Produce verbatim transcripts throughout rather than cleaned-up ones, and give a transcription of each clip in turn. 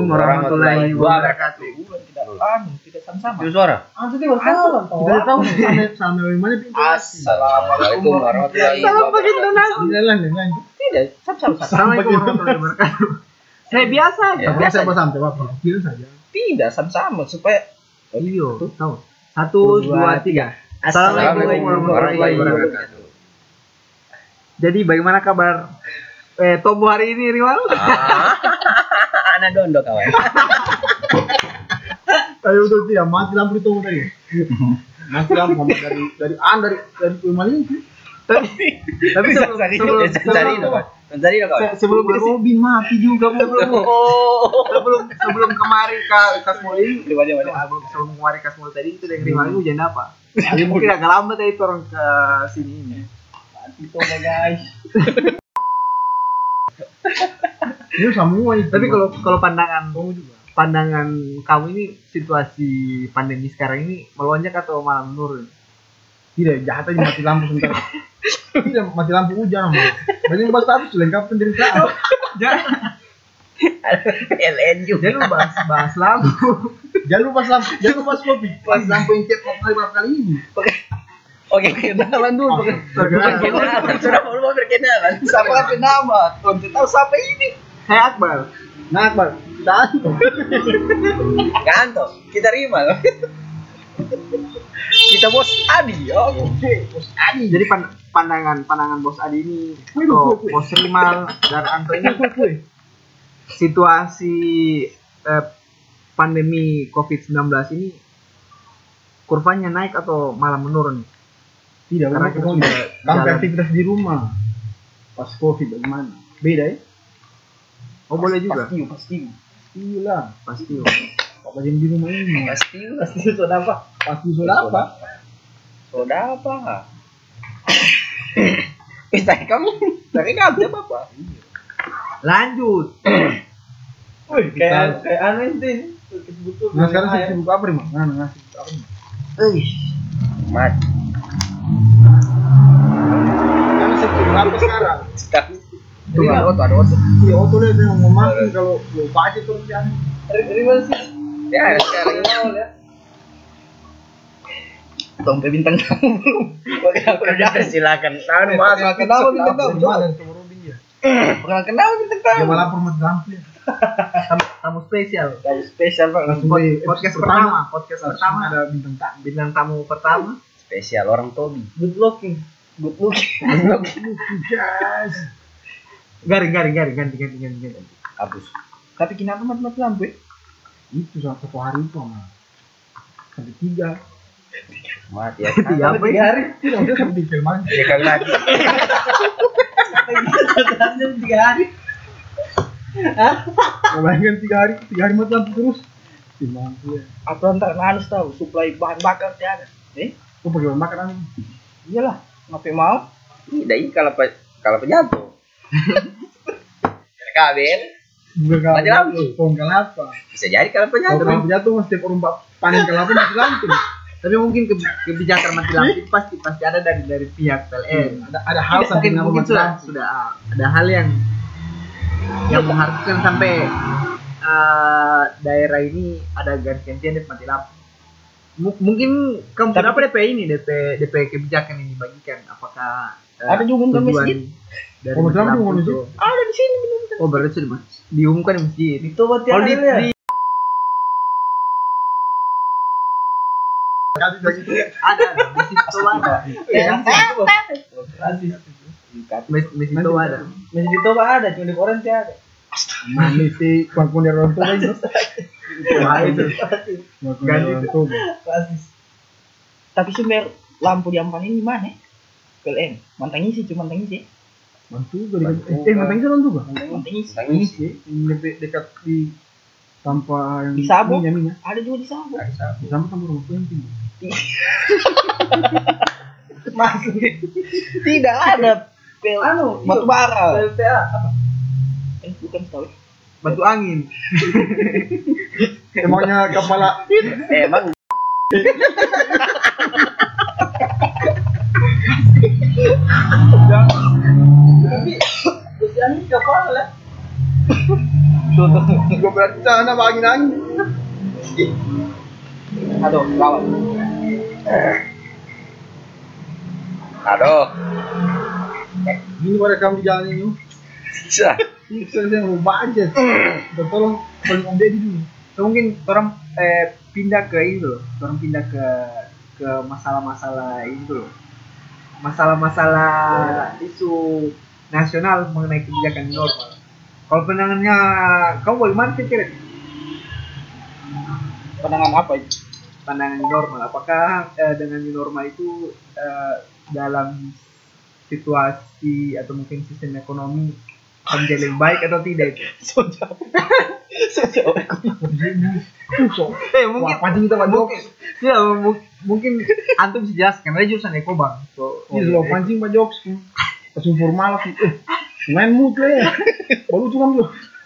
warahmatullahi wabarakatuh. Tidak anu, tidak sama-sama. Itu suara. Antu tidak salam. Tidak tahu sampai sampai mana pintu. Assalamualaikum warahmatullahi Salam wabarakatuh. pakai intonasi. Jalan dengan. Tidak, sama-sama. Assalamualaikum warahmatullahi wabarakatuh. Saya biasa, Biasa biasa. apa sampai apa? Kira saja. Tidak sama-sama supaya Iyo, tahu. satu, dua, tiga. Assalamualaikum warahmatullahi wabarakatuh. Jadi bagaimana kabar eh Tomo hari ini, Rival? Ah, anak gondok kawan. Tadi udah tidak mati lampu itu tadi. Mati lampu dari dari an dari dari Malin. Tapi tapi sebelum Cari sebelum cari itu, Pak. Cari itu, kawan. sebelum Sebelum Robin mati juga sebelum Oh. sebelum sebelum kemari ke Kasmoli, Rivalnya mana? sebelum sebelum kemari Kasmoli tadi itu dari Rival hujan apa? Jadi mungkin agak lambat tadi orang ke sini ini. Itu guys. Ini semua itu. Tapi kalau kalau pandangan kamu juga. pandangan kamu ini situasi pandemi sekarang ini melonjak atau malah menurun? Tidak, jahat aja mati lampu sebentar. Tidak, mati lampu hujan. Banyak bahasa habis lengkap penderitaan. L N juga. Jangan lupa bahas, bahas lampu. Jangan lupa lampu, jangan lupa kopi. Pas lampu yang tiap kali berapa kali ini. Oke, kenalan dulu. Perkenalan. Sudah mau berkenalan. Siapa kasih nama? Kau tahu siapa ini? Saya Akbar. Nah, Akbar, kita antum. Ganto. Kita Rimal. Kita Bos Adi. Oke. Bos Adi. Jadi pan- pandangan pandangan Bos Adi ini atau Bos Rimal dan Anto ini situasi eh, pandemi covid sembilan belas ini kurvanya naik atau malah menurun? Tidak, Karena karena kita kita sudah sampai jalan. aktivitas di rumah. Pas Covid bagaimana? Beda ya? Oh boleh juga. Pasti, pasti. Iya lah. Pasti. Apa yang di rumah ini? Pasti. Pasti sudah apa? Pasti sudah apa? Soda apa? Eh, tadi kamu, tadi kamu siapa apa? Lanjut. Wih, Kayak kayak aneh sih. Nah sekarang saya sibuk apa nih, Mas? Nah, nah, sibuk apa nih? Eh, Mat. Karena saya sibuk apa sekarang? Tapi itu ada otot, ada otot. Iya, auto lihat yang mau makin kalau lupa aja terus ya. Rival sih. Ya, sekarang mau ya. Tompe bintang tamu belum. Oke, silakan. Tahu Mas. Kenapa bintang tamu? Gimana sama Robin ya? Pernah kenal bintang tamu? Dia malah permat lampu ya. Tamu, tamu spesial. Tamu spesial Pak. Langsung Pod- di podcast episode pertama, podcast langsung pertama. ada bintang tamu. Bintang tamu pertama. Spesial orang Tobi. Good looking. Good looking. Yes. Garing, garing, garing, ganti, ganti, ganti, ganti. Hapus. Tapi kenapa mati-mati lampu ya? Itu satu hari itu mah. Sampai tiga. Mati ya. Tiga apa ya? hari? Tidak udah sampai tiga lagi. Ya kali lagi. Tiga hari. Bayangkan tiga hari, tiga hari mati lampu terus. Gimana ya? Atau entar harus tahu suplai bahan bakar tiada. Eh? Kok pakai bahan bakar anu? Iyalah, ngapain mau? Tidak, ini kalau pe, kalau penjatuh. Kabel Bukan kalau Mati lampu. pohon kelapa. bisa jadi kalau Kalau penjatuh. lampu jatuh mas setiap orang pak- panen kelapa mati lampu. Tapi mungkin ke- kebijakan mati lampu itu pasti pasti ada dari dari pihak P L N. Ada ada hal Mungkin, sampai mungkin mati sudah lampu. sudah ada hal yang yang mengharuskan sampai eh, daerah ini ada garis gantian dan mati lampu. M- mungkin kamu Tapi- kenapa D P ini D P D P kebijakan ini dibagikan? Apakah eh, Ada diumumkan tujuan masjid? dari Oh, mati betul, lampu diumumkan itu? masjid? Ada di sini belum. Oh berarti sudah mas diumumkan di masjid. Itu buat Kalau di, di Kali begitu ya. ada ada di situ ada. Ya, Mes- Mes itu ada. masjid itu ada, cuma di koran tiada. Mana sih pangkun dari orang tua itu? Wah, itu. Pangkun dari orang tua. Tapi sumber lampu di Ampang ini mana? P L N. Mantang isi, cuma mantang isi. Mantu juga di eh mantang itu orang juga. Mantang isi. Ini sih ini de- dekat di tanpa yang Di Sabo? minyak minyak. Ada juga di Sabo. Di Sabo tanpa rumah tua yang tinggi. Masuk. Tidak ada. Pel Anu, batu bara. P L T A apa? Eh, bukan tahu. Batu angin. Emangnya kepala Eh, emang Tapi usianya kepala. Tuh, Gua berarti sana angin angin. Aduh, lawan. Aduh, Ini pada kamu di jalan ini. bisa. Ini saya mau budget. Tolong tolong Om Deddy dulu. So, mungkin orang eh, pindah ke itu loh, orang pindah ke ke masalah-masalah itu loh, masalah-masalah isu nasional mengenai kebijakan normal. Kalau pandangannya kamu bagaimana sih kira? Pandangan apa itu? Pandangan new normal, apakah eh, dengan new normal itu eh, dalam situasi atau mungkin sistem ekonomi menjadi lebih baik atau tidak? So jauh. So jauh. Eh mungkin Wah, pancing kita Pak Jok. mungkin ya mu- mungkin antum bisa jelaskan aja jurusan eko bang. So, Ini slow pancing Pak Jok. Langsung formal sih. Eh, main mood lah ya. Baru tuh kan tuh.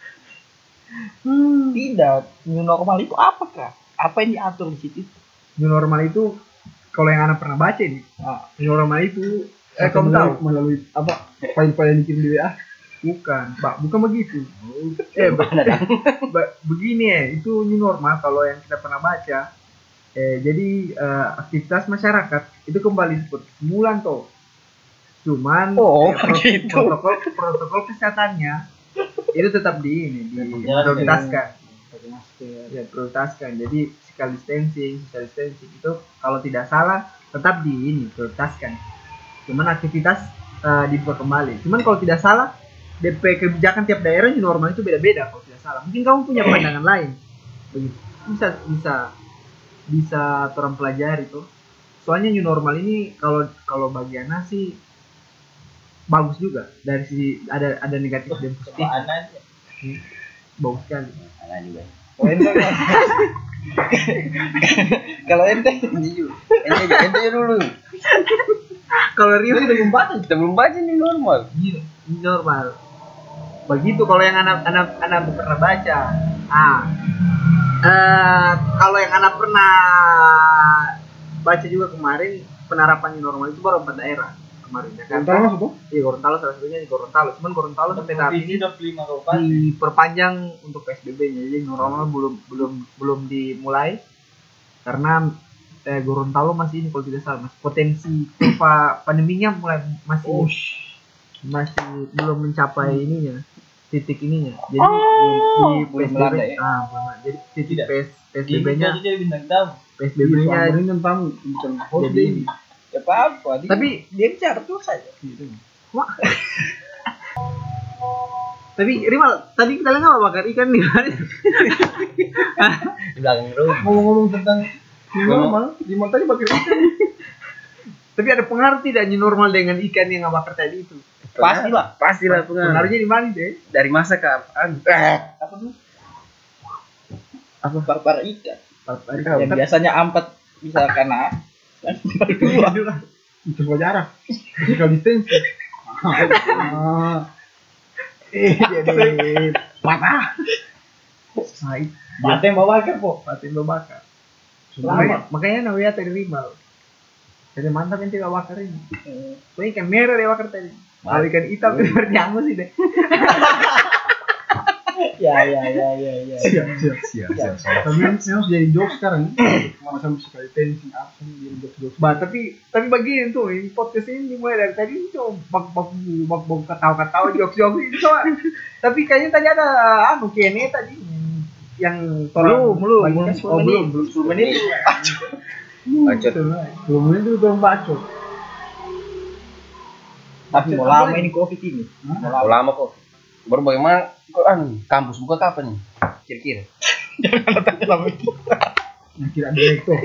Tidak, new normal itu apa kak? Apa yang diatur di situ? new normal itu kalau yang anak pernah baca nih, Ah, new normal itu eh kamu kamu tahu? melalui apa? File-file yang dikirim di W A. Bukan, Pak, bukan begitu. Eh, be- be- begini ya, itu new normal kalau yang kita pernah baca. Eh, jadi eh, aktivitas masyarakat itu kembali seperti semula toh. Cuman Oh, eh, pro- begitu. protokol protokol kesehatannya itu tetap di ini diprioritaskan. Ya, prioritaskan. Jadi physical distancing, social distancing itu kalau tidak salah tetap di ini prioritaskan. Cuman aktivitas eh, dibuka kembali. Cuman kalau tidak salah D P kebijakan tiap daerah new normal itu beda-beda kalau tidak salah. Mungkin kamu punya pandangan lain. Begitu. Bisa bisa bisa orang pelajari tuh. Soalnya new normal ini kalau kalau bagi Ana sih bagus juga dari sisi ada ada negatif dan positif. Anak Hmm, bagus sekali. anak juga. Kalau ente kan? Kalau ente jujur, ente ente dulu. Kalau Rio Ini udah membaca. Kita belum baca nih normal. Iya, normal. Begitu kalau yang anak anak anak pernah baca. Ah, eh, kalau yang anak pernah baca juga kemarin penerapan new normal itu baru empat daerah kemarin. Entar Jakarta, masuk tuh. iya Gorontalo salah satunya di Gorontalo. Cuman Gorontalo sampai saat ini udah lima kabupaten. diperpanjang untuk P S B B-nya. Jadi new normal belum belum belum dimulai karena eh, Gorontalo masih ini kalau tidak salah masih potensi kurva pandeminya mulai masih Oh, masih belum mencapai ininya titik ininya jadi Oh, di, di belum P S B B melanda ya? ah belum melanda. Jadi titik Tidak. PS, P S B B-nya jadi bintang tamu. P S B B-nya ini kan tamu bukan host jadi deh. ini Ya apa? tapi dia bicara tuh saja. wah. Tapi Rimal tadi kita lihat apa bakar ikan di mana Di belakang rumah. Ngomong-ngomong tentang new normal, di mana tadi pakai ikan. tapi ada pengaruh tidak new normal dengan ikan yang bakar tadi itu Pastilah, pastilah pengaruh. pengaruhnya di mana deh Dari masa ke apaan? Eh, apa tuh? Apa par-par ikan? Yang biasanya empat bisa kena. Dua. Coba jarak. Physical distancing. Ah. Eh, jadi patah. nah itu Mata yang bawa bakar po. patin bakar Selamat. makanya, makanya namanya tadi Rimal jadi mantap yang tidak bakar ini soalnya ikan merah dia bakar tadi kalau ikan hitam itu seperti angus sih deh Ya ya ya ya ya. Siap, siap, siap, siap. Tapi memang harus jadi jokes sekarang. Mana sampai physical distancing apa sih jadi jokes-jokes. bah tapi tapi begini tuh ini podcast ini dimulai dari tadi itu bak bak bak bak ketawa ketawa jokes jokes itu tapi kayaknya tadi ada anu kene tadi yang Belum, belum, bagikan belum, sepuluh belum, menit. belum sepuluh menit. Bacot. Belum ini dulu belum bacot. Tapi mau lama ini covid ini. Mau lama kok. Baru bagaimana? Kok anu kampus buka kapan nih? Kira-kira. Yang kira direktur.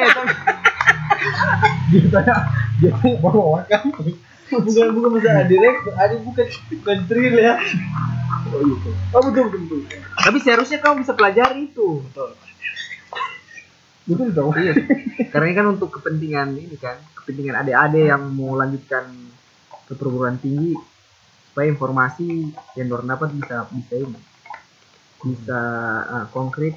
Dia tanya, dia tanya bawa kan? Bukan bukan masalah direktur, ada bukan bukan drill ya. Oh gitu. Oh betul betul betul. Tapi seharusnya kamu bisa pelajari itu betul Betul dong. iya karena ini kan untuk kepentingan ini kan kepentingan adik-adik yang mau lanjutkan ke perguruan tinggi supaya informasi yang dorang dapat bisa bisa ini bisa ah, konkret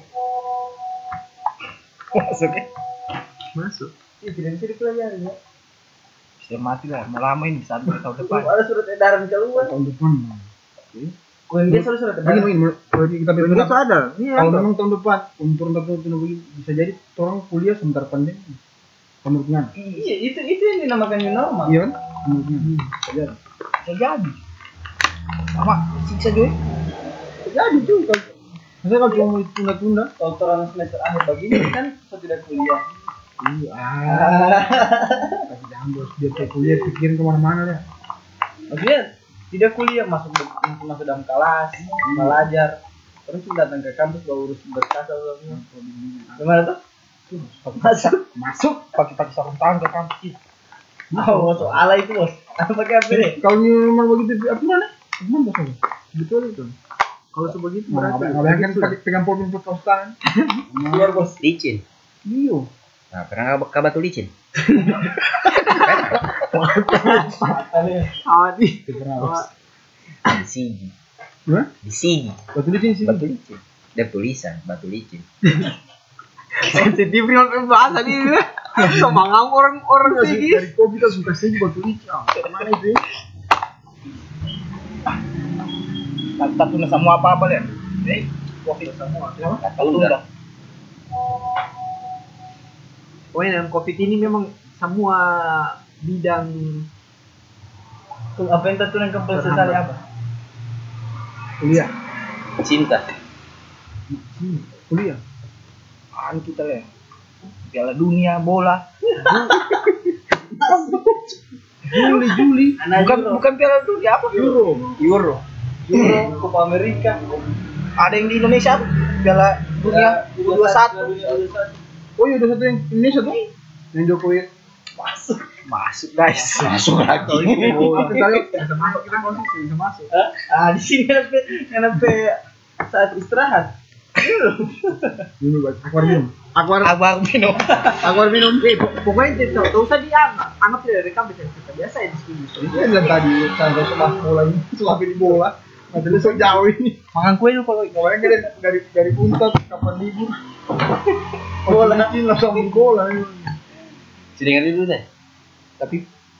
Masuk ya. masuk. Iya, tidak bisa dipelajari ya. Bisa mati lah, mau lama ini bisa sampai tahun depan. Ada surat edaran keluar. Tahun depan. U M G sudah sudah Begini, begini, menurut- kalau kita Ini bilang tuh ada. Iya. kalau memang tahun depan untuk tahun depan begini, bisa jadi orang kuliah sebentar pandemi. Menurutnya. Iya, itu itu yang dinamakan new normal. Iya kan? Menurutnya. Bisa jadi. Bisa jadi. Sama siksa juga. Bisa jadi juga. Maksudnya kalau cuma mau tunda-tunda. Kalau orang semester akhir begini kan saya tidak kuliah. Iya. Ah. Kasih jangan bos dia kayak kuliah pikirin kemana-mana deh. Maksudnya tidak kuliah masuk masuk, masuk dalam kelas, belajar. Terus datang ke kampus bawa urus berkas atau apa. Gimana tuh? Masuk, masuk pakai-pakai sarung tangan ke kampus. Oh, masuk ala itu bos. Apa pakai apa nih? Kalau new normal begitu apa mana? Gimana bos? Betul itu. Kalau sebegitu Nah, berarti. ngapain kan pakai pegang pulpen pulpen tangan. Keluar bos. Licin. Iya. Nah, pernah nggak batu licin? Ah, di. Di sigi. Hah? Di sigi. Batu licin sih. Batu licin. Ada tulisan batu licin. Sensitif dengan bahasa ini. Semangat orang-orang Dari sih. dari kopi kita suka sih batu licin. Ah, mana itu? Tak tunda semua apa-apa lihat. Eh, covid semua. Kenapa? Tak tunda. Pokoknya dalam COVID ini memang semua bidang Tuh, apa yang tertulis ke sesali apa? Kuliah. Cinta. Hmm, kuliah. An kita lihat. Piala dunia bola. Juli Juli. Bukan bukan piala dunia apa? Euro. Euro. Euro, Copa Amerika. Ada yang di Indonesia tuh, Piala Dunia U dua puluh satu. Oh iya ada satu yang Indonesia tuh. Yang Jokowi. Masuk, masuk guys. Masuk lagi. Oh, kita lihat bisa masuk kita posisi bisa masuk. Hah? Ah, di sini sampai sampai saat istirahat. Ini buat akuarium. Akuarium. Abang minum. Akuarium minum. eh pok- pokoknya tidak tahu usah dianggap anggap tidak rekam bisa kita biasa ya diskusi. Itu yang bilang tadi, saya setelah bola ini, setelah di bola, masalah so jauh ini. Makan kue lu kalau Kemarin dari dari dari Untat kapan libur? Bola ini langsung bola. Sudah dengar dulu deh. tapi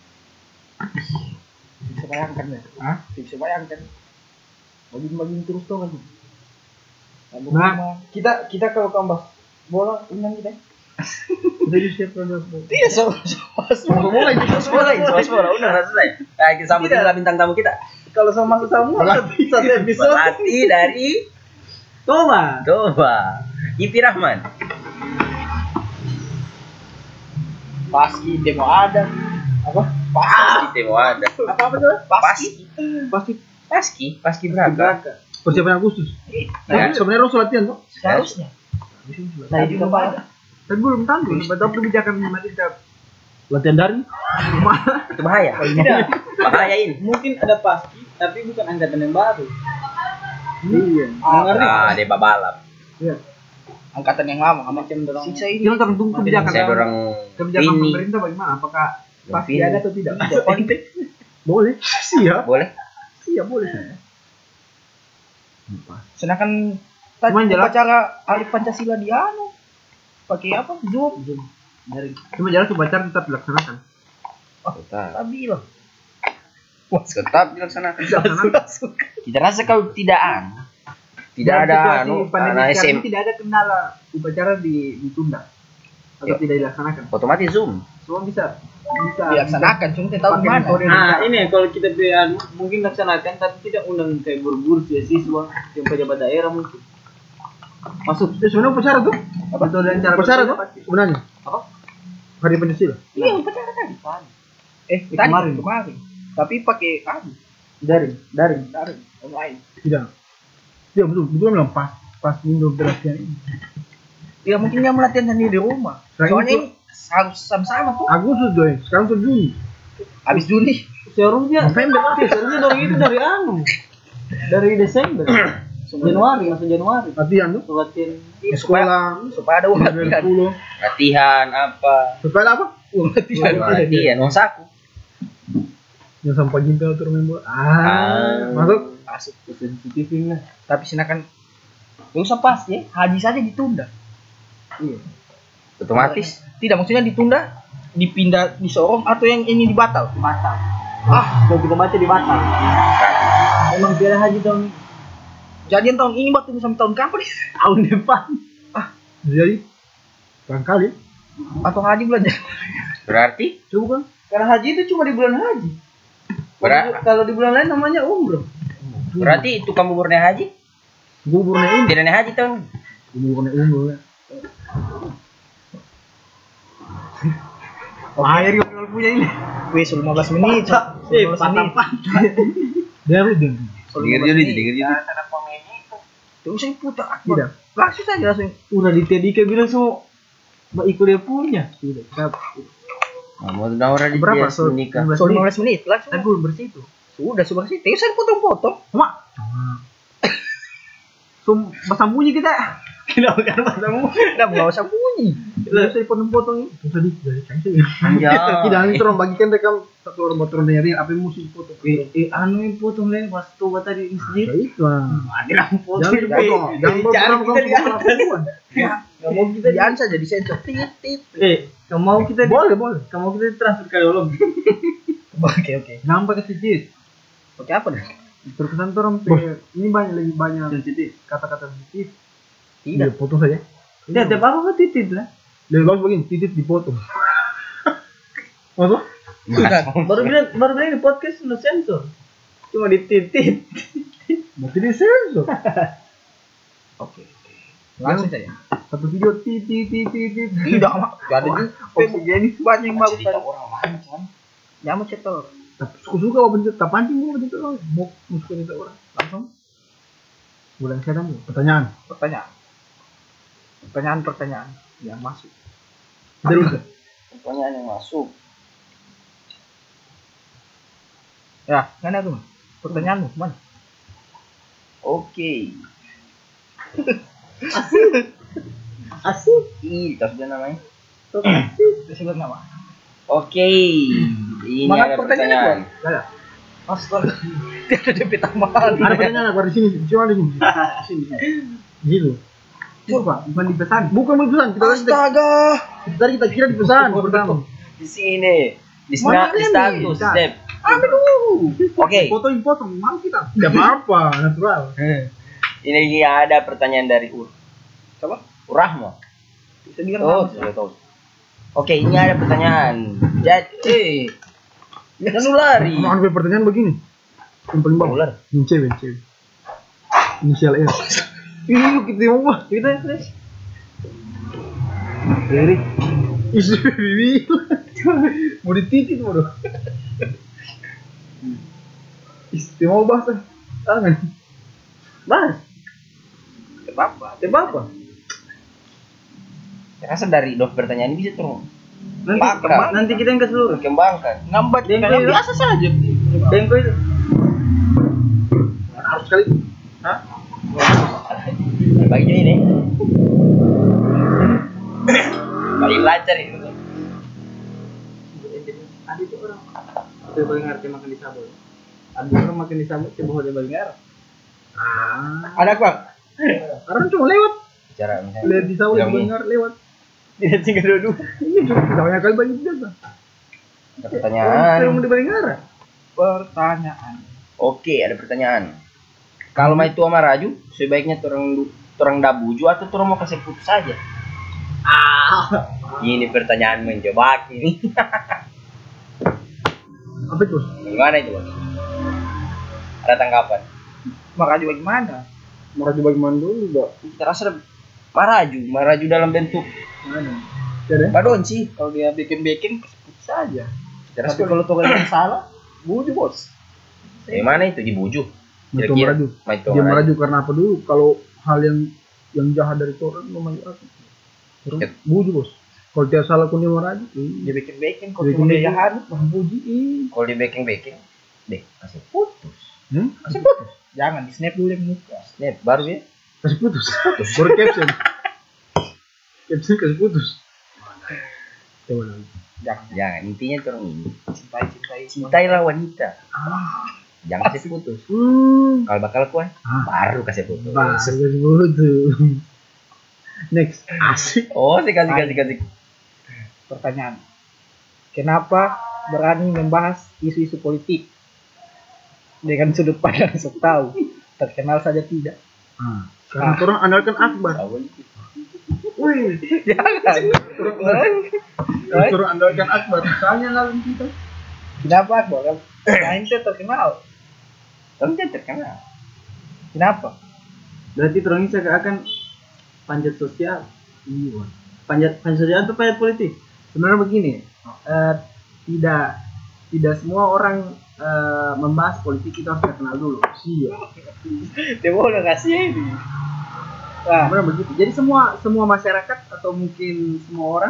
bisa bayangkan ya. Hah? Bisa bayangkan. Bagi-bagi terus tuh kan. Nah. kita kita kalau kambas bola undang kita. Jadi siapa ada? Iya, so, so, so, Mau bola ini. Bola, bola, udah selesai. Nah, kita sambut Tidak. dulu bintang tamu kita. kalau sama sama Melati. satu episode Melati dari Coba. Toba. Ipi Rahman. paski demo ada apa Paski demo ada. apa apa tuh paski Pasti Paski, Paski berapa? persiapan Agustus. Nah, Sebenarnya harus latihan tuh. seharusnya nah itu juga ada Tapi belum tahu betul kebijakan pemerintah. Latihan daring. itu bahaya. tidak Bahaya ini. mungkin ada paski tapi bukan angkatan yang baru Iya. ngerti Ah, dia babalap. Iya. angkatan yang lama macam dorong Siksa ini. Kita tergantung kebijakan Saya dorong kebijakan ini. pemerintah bagaimana? Apakah pasti Ini. ada atau tidak? Boleh. Siap. Boleh? Siap boleh saya. sedangkan Cuman tadi jelas- upacara hari Pancasila di anu pakai apa zoom Dari cuma jalan upacara tetap dilaksanakan. Tetap. stabil Tetap dilaksanakan. Dilaksanakan. Kita rasa kalau tidak anu. Tidak Dalam ada situasi anu pandemi anak sekarang S M. ini tidak ada kendala upacara di, ditunda atau Ya. tidak dilaksanakan. Otomatis Zoom. Semua bisa bisa dilaksanakan cuma kita tahu Pakai mana metode. Nah ini kalau kita biar mungkin laksanakan tapi tidak undang kayak guru-guru siswa yang pejabat daerah mungkin masuk. Eh sebenarnya upacara tuh. Metode dan cara Upacara bekerja tuh pasti. sebenarnya. Apa? Hari Pancasila. iya upacara tadi eh Itu tadi kemarin. kemarin tapi pakai anu Daring, daring. daring online Tidak. Iya betul. Betul bilang pas pas Indo berlatihan ini. ya mungkin dia melatihan sendiri di rumah Nah, soalnya itu- ini harus sama-sama tuh Agustus doy. Sekarang tuh Juni. habis Juni seharusnya seharusnya dari itu dari anu dari Desember Januari masuk Januari Latihan tuh. latihan Ke sekolah. supaya ada uang Dari latihan sepuluh. Latihan apa? Supaya apa? uang latihan Latihan, uang saku. Yang sampah jimpel tuh main bola. Ah, Ah. masuk. masuk sensitif lah tapi silakan gak usah pas ya haji saja ditunda Iya. Otomatis. tidak maksudnya ditunda dipindah di Sorong atau yang ini dibatal Batal. ah Kalau kita baca di batal. Memang biar haji tahun Jadian tahun ini waktu sampai tahun kapan? Tahun depan. Jadi barangkali Atau haji bulan Januari? Berarti coba kan. Karena haji itu cuma di bulan haji. Berat. Kalau di bulan lain namanya umroh. berarti itu kamu buburnya haji? Guburnya ini. Tidak naik haji tahun. Guburnya umur ya. Akhir kalau punya ini. Wih, lima belas menit. Eh, lima belas menit. Dia lu deh. Dengar dulu, dengar dulu. Terus saya putar. Tidak. Langsung saja langsung. Udah di T D K bilang semua Mbak Iko dia punya. Tidak. Siap. Nah, mau tahu orang di Berapa? dia So- menikah. lima belas So menit. lima belas menit langsung. Tapi belum bersih itu. Sudah sudah sih. Terus saya potong-potong. Mak. Sum basah bunyi kita. Kenapa kan masamu? Udah enggak usah bunyi. Lalu saya potong-potong itu. Susah di dari cancel. Anjay. Tidak ini terus bagikan rekam satu orang motor dari apa yang mesti potong. Eh, eh anu yang potong leh pas tuh tadi di masjid. Ya itu lah. Ada yang potong. Jangan dipotong. Jangan Jangan potong kita kamu diantar. Ya, enggak mau kita dian saja di sensor tit tit. Eh, kamu mau kita di- Boleh, boleh. kamu mau kita transfer ke dalam. Oke oke. Nampak ke sedikit. Oke apa dah? Terkesan tuh orang pe- ini banyak lebih banyak Sensitif. kata-kata sensitif. Tidak. Ya, potong saja. Ya, tiap apa kan titit lah. Lebih bagus begini, titik dipotong. Apa? Baru bilang baru bilang di podcast no sensor. Cuma dititit. Mau tidak sensor. Oke. Langsung saja. Satu video titik titik titik. Tidak mak. Gak ada di Facebook jadi banyak yang bagus. Cerita orang macam. Jangan cetor. Tapi suka-suka mau pencet, tak pancing mau pencet orang. Mau mau suka pencet orang. Langsung Bulan sekarang pertanyaan. pertanyaan. Pertanyaan pertanyaan yang masuk. Terus. Pertanyaan yang masuk. Ya, mana tuh? Pertanyaanmu mana? Oke. Asik. Ih, tahu sudah namanya. Disebut nama. Oke. Ini Mana ada pertanyaan pertanyaan. Astaga. Tidak ada pita tambahan. Ada pertanyaan apa di sini? Cuma di sini. Di sini. di sini. Gitu. Coba, bukan di pesan. Bukan di pesan. Kita Astaga. tadi kita kira di pesan pertama. Di sini. Di Mana snap, di ini? status, Nah. step. Ambil dulu. Oke. Foto potong mau kita. Enggak apa-apa, natural. Ini ada pertanyaan dari Ur. Coba. Urahma. Bisa bilang Oh, nama. sudah tahu. Oke, ini ada pertanyaan. Jadi, jangan lu lari. Mau ambil pertanyaan begini. Yang paling bawah. Ular. Yang cewek, cewek. Inisial R. Ih, kita mau apa? Kita terus. Dari isu bibi. Mau dititit mau dong. Istimewa bahasa. Tangan. Mas, Apa? tiap apa? Saya rasa dari dua pertanyaan ini bisa terus Nanti Bakar. nanti kita yang ke seluruh. kembangkan. Ngambat Dengko kayak itu. biasa saja. Dengko itu. Harus sekali. Hah? Bagi ini. Paling lancar itu. Ada itu orang. Saya paling ngerti makan di sabun. Ada orang makan di sabun, coba dia paling ngerti. Ah. Ada apa? Orang cuma lewat. Cara misalnya. Lihat di sawah Yang ini. dengar lewat. Tidak tinggal dua-dua. Iya, cuma kita banyak kali banyak biasa. Ada Orang pertanyaan. mau di Balingara. Pertanyaan. Oke, ada pertanyaan. Kalau mau itu sama Raju, sebaiknya turang turang dabuju atau turang mau kasih putus saja? Ah, ini pertanyaan menjebak ini. Apa itu? Gimana itu, Bang? Ada tanggapan? Maka juga gimana? Mau coba gimana dulu, Mbak? Kita rasa Maraju, Maraju dalam bentuk Mana? Ada? Badon sih. Kalau dia bikin-bikin sebut saja. kita rasa Tapi kalau tuh yang salah, buju bos. gimana itu dibujuk? Itu Kira-kira meraju. mau itu Dia Maraju. meraju karena apa dulu? Kalau hal yang yang jahat dari orang mau maju aku. Terus Yep. buju bos. Kalau dia salah pun dia meraju. Dia bikin-bikin. Kalau Bikin cuma dia bikin. jahat, Wah buji. ih. Kalau di backing backing, deh kasih putus. Hmm? kasih putus. Jangan di snap dulu yang muka. Snap baru ya. Kasih putus. Baru caption. Caption kasih putus. Coba lagi. Jangan. Jangan, intinya turun ini. Cintai, cintai. Cintailah wanita. Jangan kasih putus. Hmm. Kalau bakal kuat, Ah. baru kasih putus. Bah, kasih putus. Next. Asik. Oh, sih kasih kasih kasih. Pertanyaan. Kenapa berani membahas isu-isu politik dengan sudut pandang sok tahu? Terkenal saja tidak. Nah, karena orang andalkan Akbar. Wih, Jangan. orang andalkan Akbar. Misalnya lawan kita. Kenapa Akbar? Nah, itu terkenal. Kamu tidak terkenal. Kenapa? Berarti terus ini saya akan panjat sosial. Iya. Panjat panjat sosial atau panjat politik? Sebenarnya begini, eh, tidak tidak semua orang eh, membahas politik itu harus terkenal dulu. Iya. Dia udah kasih ini. Nah, sebenarnya begitu. Jadi semua semua masyarakat atau mungkin semua orang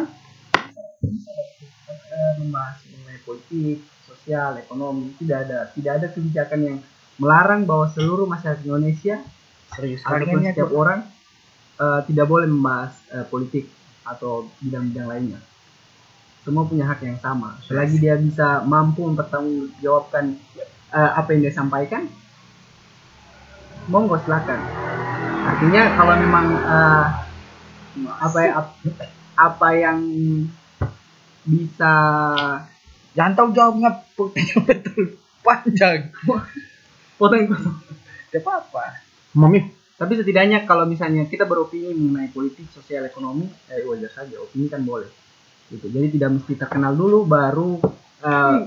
eh, membahas mengenai politik, sosial, ekonomi. Tidak ada tidak ada kebijakan yang melarang bahwa seluruh masyarakat Indonesia Serius ataupun setiap orang eh, tidak boleh membahas eh, politik atau bidang-bidang lainnya. Semua punya hak yang sama. Selagi dia bisa mampu mempertanggungjawabkan eh, apa yang dia sampaikan, monggo silakan. Artinya kalau memang eh, apa ya, ap- apa yang bisa Jangan tahu jawabnya betul panjang. potong tidak apa-apa. Mami, Tapi setidaknya kalau misalnya kita beropini mengenai politik, sosial, ekonomi, eh wajar saja. Opini kan boleh. Gitu. Jadi tidak mesti terkenal dulu baru eh,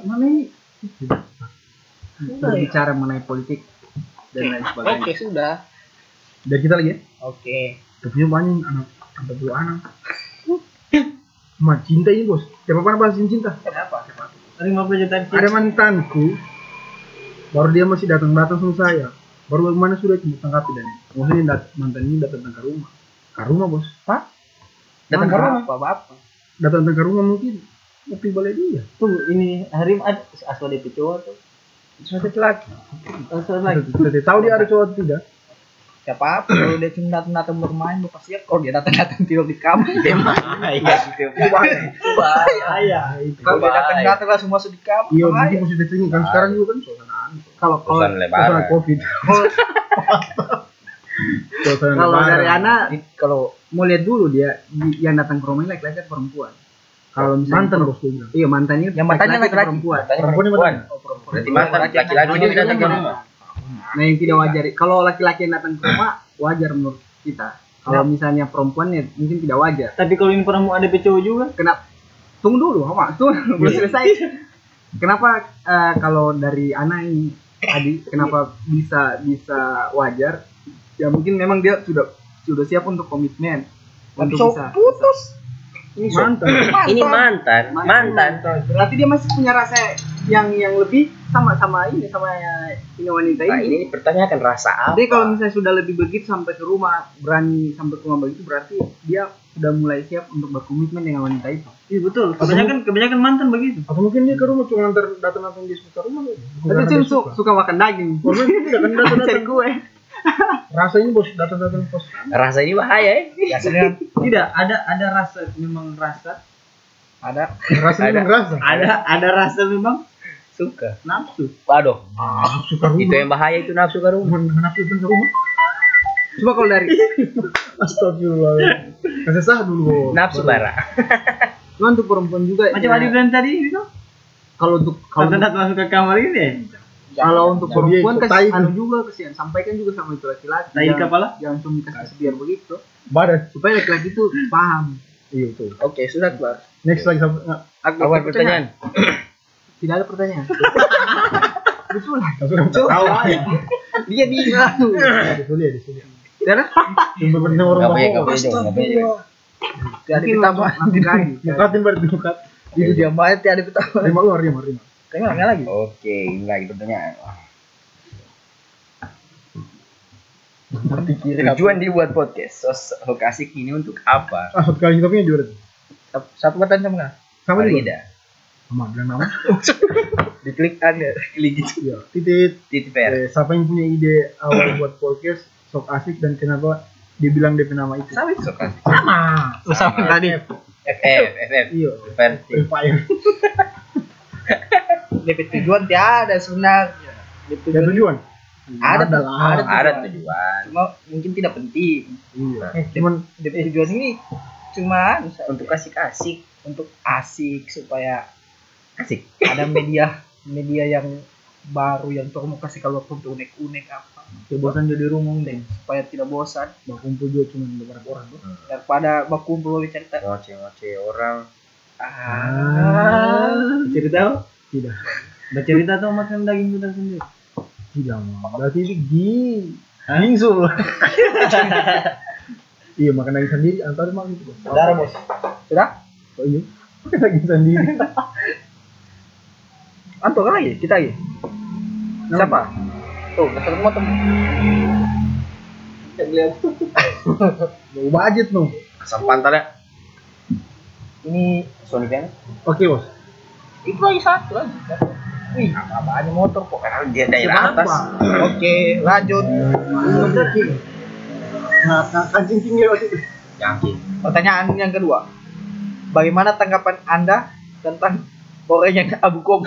berbicara mengenai politik dan lain sebagainya. Oke, sudah. dari kita lagi ya. Oke. Kita punya banyak anak, ada dua anak. Mah cinta ini bos. Siapa pernah bahasin cinta? Kenapa? lima puluh juta Ada mantanku, baru dia masih datang-datang sama saya. Baru bagaimana sudah cuma tangkapi dan maksudnya dat- mantan ini datang ke rumah. Ke rumah bos. Pak? Datang ke rumah. Bapak. Datang ke rumah mungkin. Tapi boleh dia. Tuh ini Harim ada asal D P cowok tuh. Sudah lagi. Asal lagi. Kita tidak tahu dia ada cowok atau tidak. Siapa apa kalau dia cuma datang-datang bermain lu pasti ya kalau dia datang-datang tidur di kamar. Iya, gitu. Bahaya. Kalau dia datang-datang langsung masuk di kamar. Iya, bahaya. mungkin positif tinggi kan sekarang juga kan suasana aneh. Kalau kalau Suasana Suasana lebaran. covid. Suasana kalau lebaran. dari anak kalau mau lihat dulu dia di- yang datang ke rumah ini laki-laki atau perempuan. Kalau misalnya mantan per- bos dia bilang. Iya mantannya Yang mantannya atau laki-laki. perempuan. Tanya Perempuan ini perempuan. mana? Oh, perempuan. Berarti mantan laki-laki ini datang ke rumah. Nah yang tidak wajar kalau laki-laki yang datang ke rumah wajar menurut kita. Kalau misalnya perempuan ya mungkin tidak wajar. Tapi kalau ini pernah mau ada P cowok juga. Kenapa? Tunggu dulu, Mama. Tuh belum selesai. Kenapa eh, kalau dari anak ini adik kenapa bisa bisa wajar? Ya mungkin memang dia sudah sudah siap untuk komitmen untuk So, bisa putus. ini Mantan. Ini mantan, mantan. Berarti dia masih punya rasa yang yang lebih sama sama ini sama ini wanita Nah, ini. ini pertanyakan rasa apa? Jadi kalau misalnya sudah lebih begitu sampai ke rumah, berani sampai ke rumah begitu berarti dia sudah mulai siap untuk berkomitmen dengan wanita itu. Iya betul. Kebanyakan kebanyakan mantan begitu. Atau mungkin dia ke rumah cuma nanti datang-datang dia suka rumah. Tapi Sim su- suka makan daging. Korban tidak kan Cari datang-datang. kue. Rasanya bos datang-datang pos. Rasa ini bahaya ya. Biasanya Tidak, ada ada rasa memang rasa. Ada. Rasanya Ada. merasa. Ada ada rasa memang Suka. nafsu. Waduh. Ah, suka rumah. Itu yang bahaya itu nafsu ke rumah. Kenapa itu ke rumah? Coba kalau dari Astagfirullah. Kasih sah dulu. Nafsu bara. cuma untuk perempuan juga Macam ya, Adi bilang tadi itu. kalau untuk kalau Kalau untuk, datang masuk ke kamar ini. kalau untuk Jadi, perempuan ikut kasih tai. anu juga kasihan sampaikan juga sama itu laki-laki. Tai Jangan- kepala? Jangan cuma kasih biar begitu Badan. supaya laki-laki itu paham. Iya itu. Oke, sudah keluar. Next lagi sampai nggak. Apa pertanyaan? Tidak ada pertanyaan. Betul. Langsung tahu. Dia di anu. Betul ya di sini. Karena Yang benar orang Gak boleh, gak bohong. boleh dong, gak boleh. ada ditambah lagi. Mukatin berarti mukat. Itu dia banget tiada ditambah. Lima luar lima lima. Kayaknya enggak lagi. Oke, ini lagi pertanyaan. Tujuan dibuat podcast sosok asik ini untuk apa? Ah satu kali kita punya juara. Satu pertanyaan sama enggak? Sama juga. Farida. Sama bilang nama. Diklik ada. Klik gitu. Iya. Titit. Titik per. Eh, siapa yang punya ide awal buat podcast sok asik dan kenapa dibilang D P nama itu? Sama itu. Sosok asik. Sama. Sama tadi. F F F F. Iya. Versi. Fire. D P tujuan tiada sebenarnya. D P Yang tujuan. Ada lah. ada Ada tujuan. Cuma mungkin tidak penting. Iya. Cuman D P tujuan ini cuma Untuk asik-asik. untuk asik supaya Asik. ada media media yang baru yang tuh mau kasih keluar untuk unek-unek apa. Ya bosan jadi rumong deh. Supaya tidak bosan. Berkumpul juga cuma beberapa orang tuh. Daripada berkumpul cerita. ngoceh-ngoceh orang. Ah. Cerita? Tidak. Udah cerita tuh makan daging kita sendiri. Tidak mau. Berarti itu ging. Gingsul. Iya makan daging sendiri antar makan itu. Saudara bos. Sudah? Oh iya. Makan daging sendiri. Anto kan lagi? Kita lagi? Siapa? Tuh, kasih semua temu. Mau budget no. Asam pantalnya. Ini Sony kan? Oke bos. itu lagi satu lagi. Wih, apa-apaan motor kok. Karena dia daerah atas. Oke, lanjut. Nah, kancing tinggi waktu itu. Yakin. Pertanyaan yang kedua. Bagaimana tanggapan Anda tentang orang yang Abu Kong?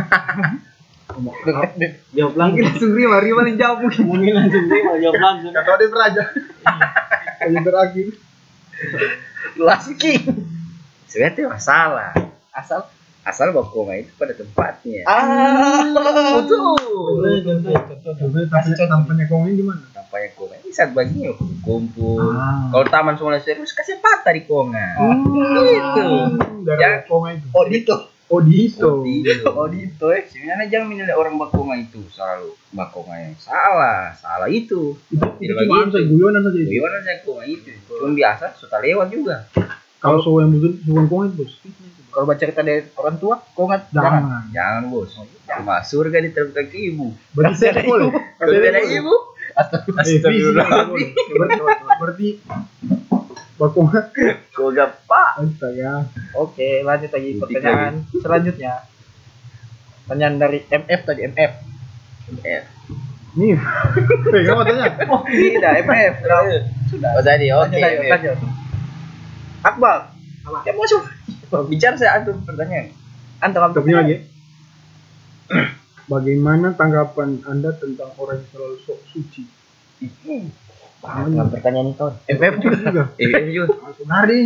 Jawab langsung. Mungkin langsung Rima, Rima yang jawab mungkin. Mungkin langsung deh, mau jawab langsung. Kata dia beraja. Yang terakhir. Lagi. Sebenarnya masalah. Asal. Asal bakonga itu pada tempatnya. Ah, betul. Coba tapi tampaknya kau ini di mana? Tampaknya konga ini saat baginya kumpul. Ah. Kalau taman semuanya serius kasih patah di konga. Gitu. Dari Ya. kau itu. Oh, itu. Oh di itu. Oh, itu eh. Sebenarnya jangan menilai orang bakonga itu selalu bakonga yang salah, salah itu. Itu itu Tidak cuma begitu. saja guyonan saja itu. Gimana saya konga itu? Cuma biasa suka lewat juga. Kalau so yang bukan bukan kau itu bos. Kalau baca cerita dari orang tua, kok nggak jangan. Jangan. Jangan bos. Jangan surga di terbuka ke ibu. Berarti saya boleh. Kalau tidak ibu, Eh, visi nggak boleh. Berarti berarti bakong. kau gapak. Astaga. Oke, lanjut lagi pertanyaan selanjutnya. Pertanyaan dari M F tadi, M F. Eh, Nih. Pegang matanya. Oh, tidak, M F. sudah. Oh tadi, oke. Lanjut, lanjut, lanjut. Akbar, ya masuk. Bicara saya antum pertanyaan. Antum, antum. Tapi lagi. Bagaimana tanggapan Anda tentang orang yang selalu sok suci? Dengan pertanyaan itu. M F juga. Juga. Eh, juga. Langsung hari.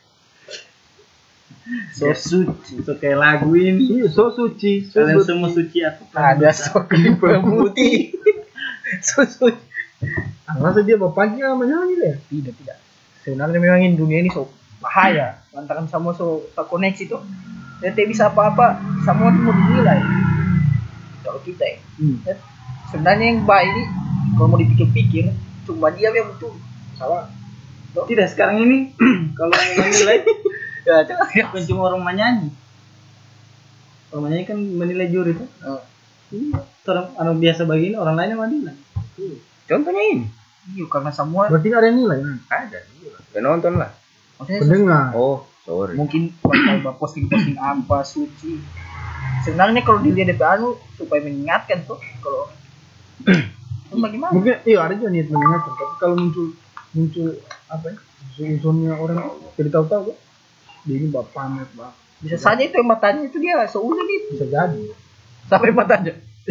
So suci, so kayak lagu ini. Iya, sok suci. Sok Kalian suci. semua suci aku. Ada sok pemutih. Susu. Masa dia bapaknya menyanyi deh? Tidak, tidak. Sebenarnya memang ini dunia ini so bahaya. Lantaran semua so terkoneksi tuh. Dan tidak bisa apa-apa, semua mau dinilai. Kalau kita ya. Hmm. Dan sebenarnya yang baik ini kalau mau dipikir-pikir cuma dia yang betul. Salah. Tidak, sekarang ini kalau yang menilai Ya, jangan. bukan cuma orang menyanyi. Orang menyanyi kan menilai juri tuh. Oh. Iya, orang orang biasa begini orang lainnya menilai. Contohnya ini. Iya, karena semua Berarti nggak ada yang nilai kan? Ada. Penonton lah. maksudnya Pendengar. Oh, sorry. mungkin bakal posting-posting apa suci. Sebenarnya kalau dilihat dari anu supaya mengingatkan tuh kalau itu bagaimana? Mungkin iya ada juga niat mendengarkan, tapi kalau muncul muncul apa ya? Unsur-unsurnya orang jadi tahu-tahu kok. Dia ini bapak pamer, bang. Bisa saja itu yang matanya itu dia seuzon itu. Bisa jadi. Sampai matanya.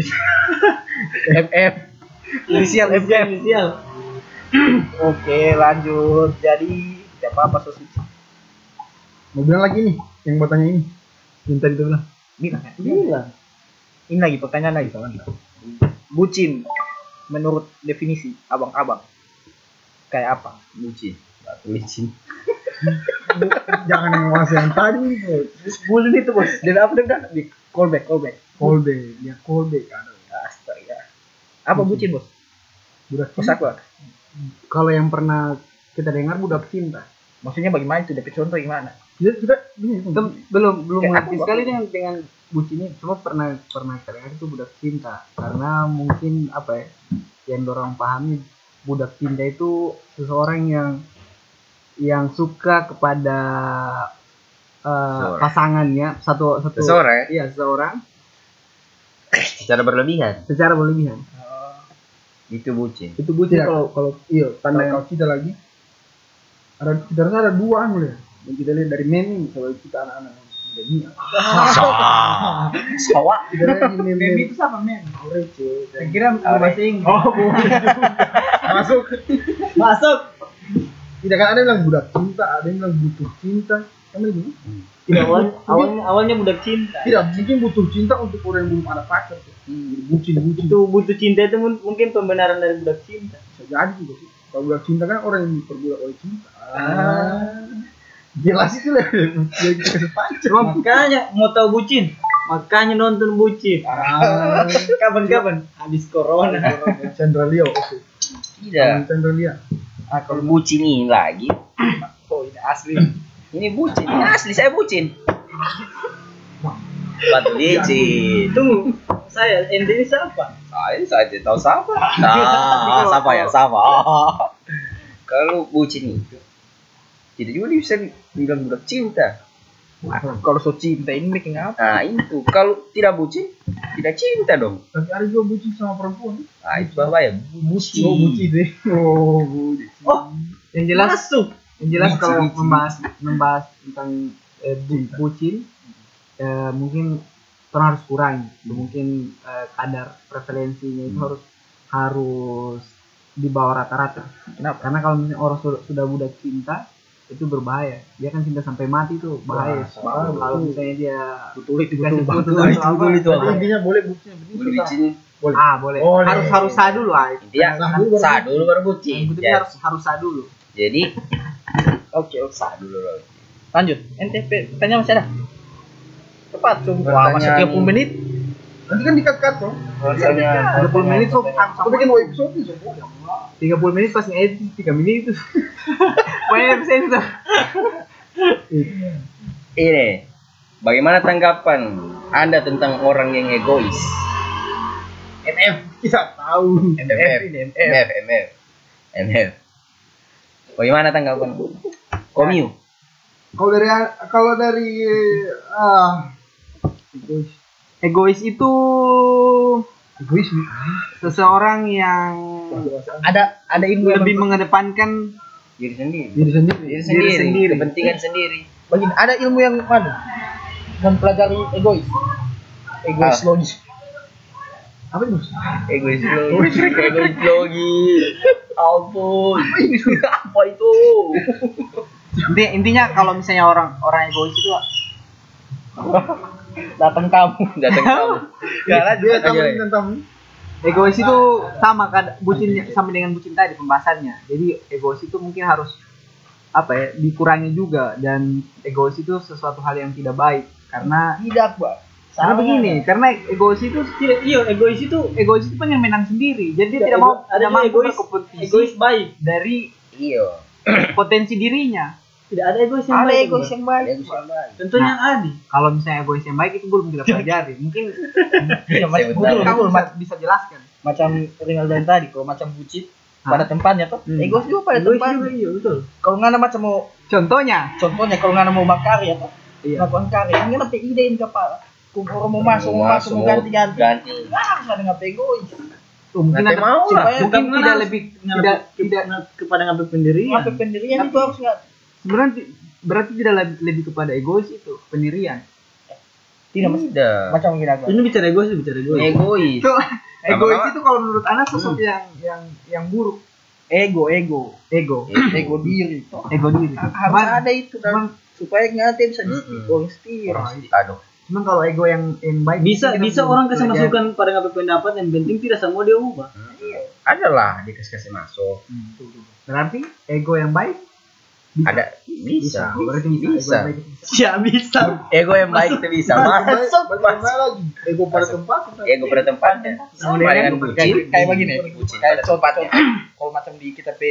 M F. Inisial M F. Inisial. Oke, lanjut. Jadi siapa apa suci? Mau bilang lagi nih, yang mau tanya ini. Yang tadi tuh bilang. Bilang ya? Bilang. Ini lagi pertanyaan lagi kawan. Bucin menurut definisi abang-abang kayak apa? Bucin. Batu licin. Jangan yang mas yang tadi bos. Bulan itu bos. Dan apa dengan di callback callback. Callback, dia callback ada. Astaga. Apa bucin bos? Budak Bos cinta. apa? Kalau yang pernah kita dengar budak cinta. Maksudnya bagaimana itu? Dapat contoh gimana? Kita kita ini Tem- belum belum Kayak mengerti aku- sekali dengan dengan bucin ini. Cuma pernah pernah terdengar itu budak cinta karena mungkin apa ya yang dorang pahami budak cinta itu seseorang yang yang suka kepada uh, Seseorang. pasangannya satu satu Seseorang ya? iya seseorang Secara berlebihan. secara berlebihan. Itu bucin. Itu bucin tidak kalau kalau iya tanda Kalau- kalau kita lagi ada kita rasa ada dua anu ya. Yang kita lihat dari meme kalau kita anak-anak milenial. Sawa. Kita lihat di meme itu sama men. receh. Saya kira bahasa Inggris. Oh, masuk. Masuk. Tidak kan ada yang bilang budak cinta, ada yang bilang butuh cinta. Kan itu. Tidak, awal, awalnya awalnya budak cinta. Tidak, mungkin butuh cinta untuk orang yang belum ada pacar tuh. Bucin, bucin. Itu butuh cinta itu mun- mungkin pembenaran dari budak cinta. Bisa jadi juga sih. Kalau budak cinta kan orang yang diperbudak oleh cinta. Ah. Jelas itu lah. Jadi kita kasih pacar. Makanya mau tahu bucin, makanya nonton bucin. Ah. Kapan-kapan habis corona. Chandra Leo, oke. Tidak. Chandra Leo. Ah, kalau bucin ini lagi. Oh ini asli. Ini bucin. Ini asli saya bucin. Batu licin. Tunggu, saya ente ini siapa? Saya saya tidak tahu siapa. Nah, siapa ya siapa. Kalau bucin itu tidak juga bisa bilang budak cinta. Kalau so cinta ini bikin apa? Nah itu kalau tidak bucin tidak cinta dong. Tapi ada juga bucin sama perempuan. Nah itu apa ya? Bucin. Oh, bucin deh. Oh, bucin. Oh, Yang jelas masuk. yang jelas Bucin, kalau bucin. membahas membahas tentang eh, bu- bucin eh, mungkin orang harus kurangi. Mungkin eh, kadar preferensinya itu harus harus di bawah rata-rata. Kenapa? Karena kalau misalnya orang sudah, sudah budak cinta itu berbahaya. Dia kan cinta sampai mati tuh bahaya. Wah, Kalau misalnya dia Betul itu, dikasih betul, putus betul, atau itu, apa, betul itu. jadi Jadi intinya boleh bucin, yang penting Boleh suka. bucin. Boleh. ah boleh. Boleh. Harus harus sah dulu lah. Intinya Sah dulu baru sah dulu baru bucin. Yang penting Ya. harus harus sah dulu. Jadi Oke, oke. sah dulu loh. Lanjut. Ente pe- tanya masih ada? Cepat, cuma Pertanyaan- masuk tiga puluh menit. Nanti kan dikat-kat toh. tiga puluh menit so Aku bikin web episode nih, so boleh. tiga puluh menit pas ngedit tiga menit itu. Banyak sensor. Ini bagaimana tanggapan Anda tentang orang yang egois? M F kita tahu. M F, M F, M F, M F. Bagaimana tanggapan? Komio. Kalau dari kalau dari ah egois, Egois itu egois nih. seseorang yang Ada ada ilmu yang lebih mengedepankan Diri sendiri. Diri sendiri. Diri sendiri. sendiri. Kepentingan sendiri. begini, ada ilmu yang mana? Mempelajari egois. Egois Ah. logis. Apa itu? Egois logi. Egois logi. Ampun. Apa itu? Inti- intinya kalau misalnya orang orang egois itu Datang tamu. Datang kamu. Ya lanjut Dia aja. tahu tentang egois itu sama kan bucinnya sama dengan bucin tadi pembahasannya. Jadi egois itu mungkin harus apa ya dikurangi juga dan egois itu sesuatu hal yang tidak baik karena Tidak, Pak. karena begini karena egois itu Tidak, iya, egois itu egois itu pengen menang sendiri jadi dia Tidak, tidak mau ego- ada tidak juga mampu egois- berkompetisi egois baik. dari Iya. potensi dirinya. Tidak ada egois yang Ada baik. egois Pak. yang baik. Egois yang baik. Tentunya ada. Kalau misalnya egois yang baik itu belum kita pelajari. Mungkin Iya, Saya macam betul. betul, kamu betul. bisa, bisa jelaskan. Macam tinggal dan tadi, kalau macam bucin Hah? pada tempatnya tuh. Hmm. Egois juga pada Egois tempatnya. juga, iya betul. Kalau nggak ada macam mau Contohnya, contohnya kalau nggak ada mau bakar ya tuh. Iya. Melakukan karya, ini kan ide di kepala. Kalau orang mau masuk, mau masuk, mau ganti-ganti. ganti. Nggak harus ada ngapa egois. tuh, mungkin Nanti ada mau lah. supaya mungkin Bukan tidak harus lebih Nggak- tidak ke- tidak kepada ngambil pendirian. Ngambil pendirian itu harus nggak. sebenarnya ti- berarti tidak lebih, lebih kepada egois itu pendirian. Tidak mas. Tidak. Macam gini aku. Ini bicara egois, bicara egois. Egois. Itu egois Lama-lama- itu kalau menurut anak sesuatu yang yang yang buruk. Ego, ego, Ego, ego diri. Toh. ego diri. Harus Cuman, ada itu cuman, supaya nanti bisa Mm-mm. di orang setir. Orang sih. Aduh. cuman kalau ego yang yang baik Bisa kita bisa belum orang kasih pelajari. masukan pada ngambil pendapat yang penting tidak semua dia ubah. Ada lah dikasih kasih masuk. Berarti ego yang baik bisa. Ada bisa. Berarti bisa. Ego Bisa. yang baik itu bisa. Ya bisa. Ego yang baik itu bisa masuk. bagaimana lagi? Ego pada tempat. Ego pada tempatnya. Sama dengan bucin. Kayak- kayak begini. Bucin Kayak pada contoh, tempatnya. kalau macam di kita p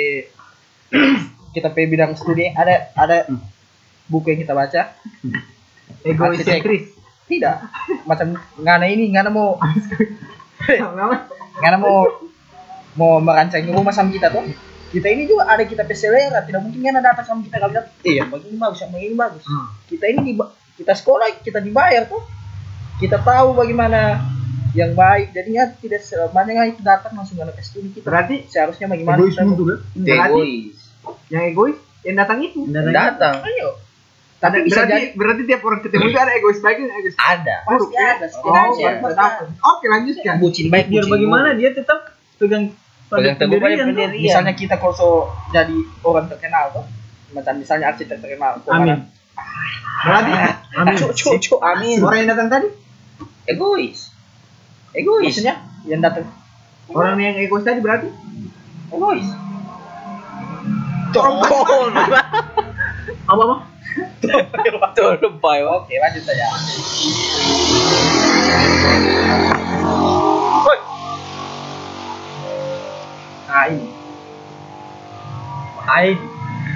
kita p bidang studi ada ada buku yang kita baca. Egois Arsitek. sentris. Tidak. Macam ngana ini ngana mau Kenapa? ngana mau mau merancang rumah sama kita tuh. Kita ini juga ada kita peselera, tidak mungkin ngana datang sama kita kalian. Iya, begini bagus, yang begini bagus. Hmm. Kita ini di kita sekolah, kita dibayar tuh. Kita tahu bagaimana yang baik, jadinya tidak selamanya itu datang langsung ngana ke studi kita. Berarti Seharusnya bagaimana Egois kita- mutu kan? berarti Egois. yang egois yang datang itu. Datang. Ayo. Tapi Tapi bisa berarti, jadi berarti tiap orang ketemu itu ada egois baik dan egois Ada. buruk. pasti ada. Oh, setidaknya. baru tahu. Oke, lanjutkan. Bucin baik, Biar bucin bagaimana buruk. dia tetap pegang pada Pegang teguh pada pendirian. pendirian. Misalnya kita kalau so jadi orang terkenal tuh, macam misalnya arsitek terkenal, kok Amin. ngana- Berarti Amin. Cuk, cuk, cuk, amin. orang yang datang tadi, Egois. Egois. Maksudnya yang datang orang yang egois tadi berarti Egois. Tolong. Apa apa? Betul, lebay. Oke, lanjut saja. Woi. nah ini bahaya ini